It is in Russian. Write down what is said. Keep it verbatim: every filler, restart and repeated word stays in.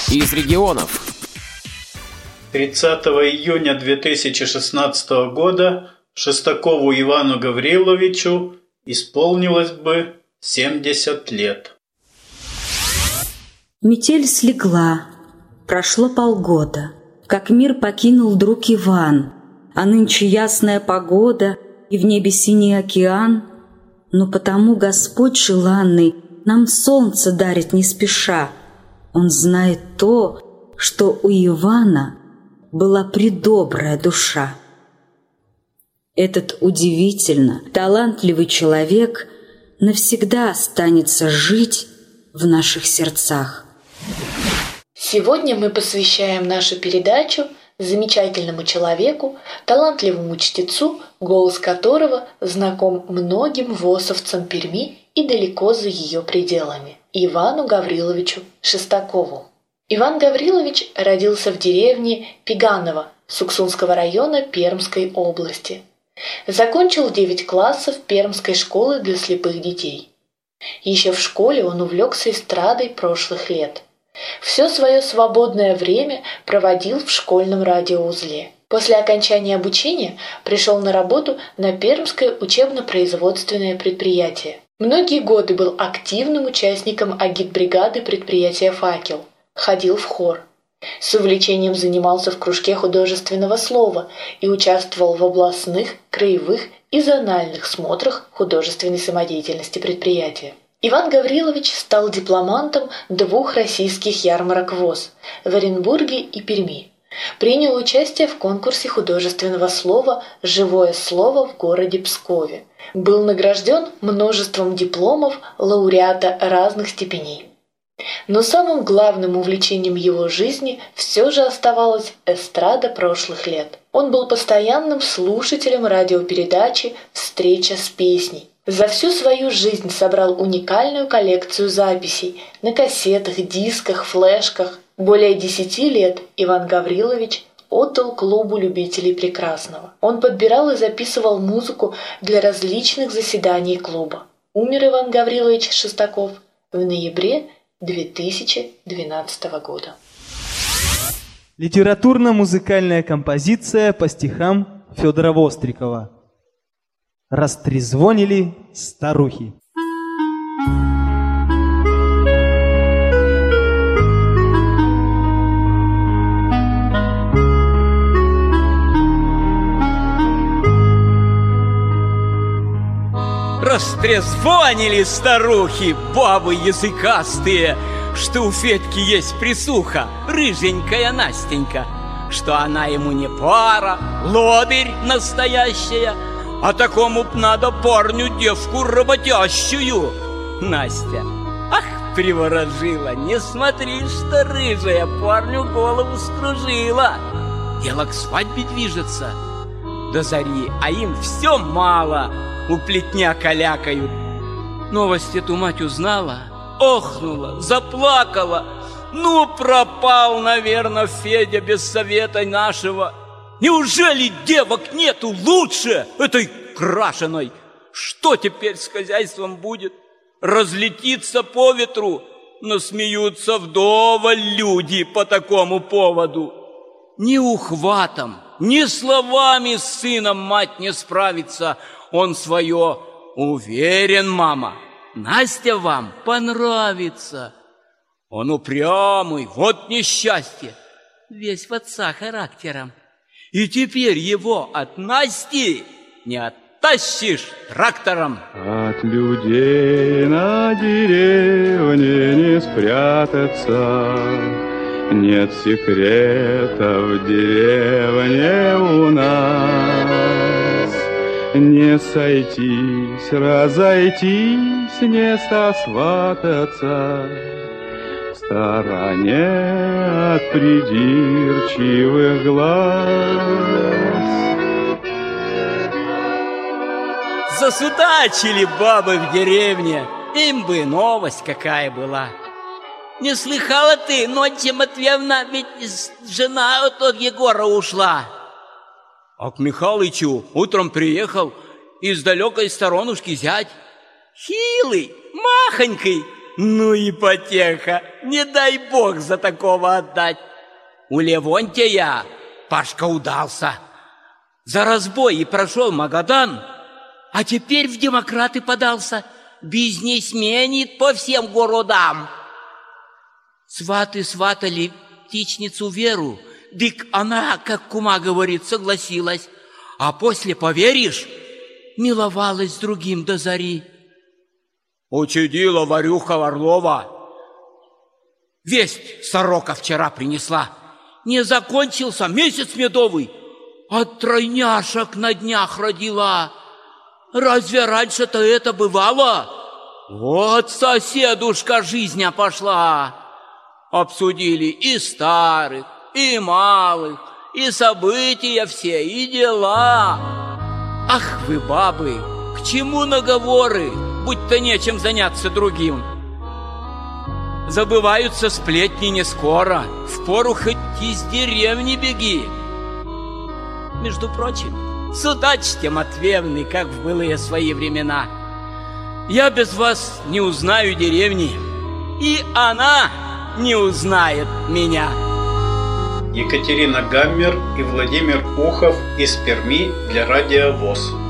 из регионов. тридцатого июня две тысячи шестнадцатого года Шестакову Ивану Гавриловичу исполнилось бы семьдесят лет. Метель слегла, прошло полгода, как мир покинул друг Иван, а нынче ясная погода и в небе синий океан. Но потому Господь желанный нам солнце дарит не спеша. Он знает то, что у Ивана была предобрая душа. Этот удивительно талантливый человек навсегда останется жить в наших сердцах. Сегодня мы посвящаем нашу передачу замечательному человеку, талантливому чтецу, голос которого знаком многим восовцам Перми и далеко за ее пределами, Ивану Гавриловичу Шестакову. Иван Гаврилович родился в деревне Пиганово Суксунского района Пермской области. Закончил девять классов Пермской школы для слепых детей. Еще в школе он увлекся эстрадой прошлых лет. Все свое свободное время проводил в школьном радиоузле. После окончания обучения пришел на работу на Пермское учебно-производственное предприятие. Многие годы был активным участником агитбригады предприятия «Факел». Ходил в хор. С увлечением занимался в кружке художественного слова и участвовал в областных, краевых и зональных смотрах художественной самодеятельности предприятия. Иван Гаврилович стал дипломантом двух российских ярмарок ВОС в Оренбурге и Перми. Принял участие в конкурсе художественного слова «Живое слово» в городе Пскове. Был награжден множеством дипломов лауреата разных степеней. Но самым главным увлечением его жизни все же оставалась эстрада прошлых лет. Он был постоянным слушателем радиопередачи «Встреча с песней». За всю свою жизнь собрал уникальную коллекцию записей на кассетах, дисках, флешках. Более десяти лет Иван Гаврилович отдал клубу любителей прекрасного. Он подбирал и записывал музыку для различных заседаний клуба. Умер Иван Гаврилович Шестаков в ноябре две тысячи двенадцатого года. Литературно-музыкальная композиция по стихам Федора Вострикова. Растрезвонили старухи. Растрезвонили старухи, бабы языкастые, что у Федьки есть присуха, рыженькая Настенька, что она ему не пара, лодырь настоящая, а такому б надо парню девку работящую. Настя, ах, приворожила, не смотри, что рыжая парню голову скружила. Дело к свадьбе движется до зари, а им все мало, у плетня калякают. Новость эту мать узнала, охнула, заплакала. Ну, пропал, наверное, Федя без совета нашего. Неужели девок нету лучше этой крашеной? Что теперь с хозяйством будет? Разлетится по ветру, но смеются вдоволь люди по такому поводу. Ни ухватом, ни словами с сыном мать не справится. Он свое уверен, мама, Настя вам понравится. Он упрямый, вот несчастье, весь в отца характером. И теперь его от Насти не оттащишь трактором. От людей на деревне не спрятаться, нет секрета в деревне у нас. Не сойтись, разойтись, не сосвататься в стороне от придирчивых глаз. Засудачили бабы в деревне, им бы новость какая была. Не слыхала ты, Нонтия Матвеевна, ведь жена от Егора ушла. А к Михалычу утром приехал из далекой сторонушки зять. Хилый, махонький, Ну и потеха, не дай бог за такого отдать. У Левонтия Пашка удался. За разбой и прошел Магадан, а теперь в демократы подался. Бизнесменит по всем городам. Сваты сватали птичницу Веру, дык она, как кума говорит, согласилась. А после, поверишь, миловалась с другим до зари. Учудила Варюха Орлова. Весть сорока вчера принесла. Не закончился месяц медовый, а тройняшек на днях родила. Разве раньше-то это бывало? Вот, соседушка, жизнь пошла. Обсудили и старых, и малых, и события все, и дела. Ах вы, бабы, к чему наговоры, будь-то нечем заняться другим? Забываются сплетни не скоро, впору хоть из деревни беги. Между прочим, судачьте, Матвеевны, как в былые свои времена. Я без вас не узнаю деревни, и она не узнает меня. Екатерина Гаммер и Владимир Ухов из Перми для Радио ВОС.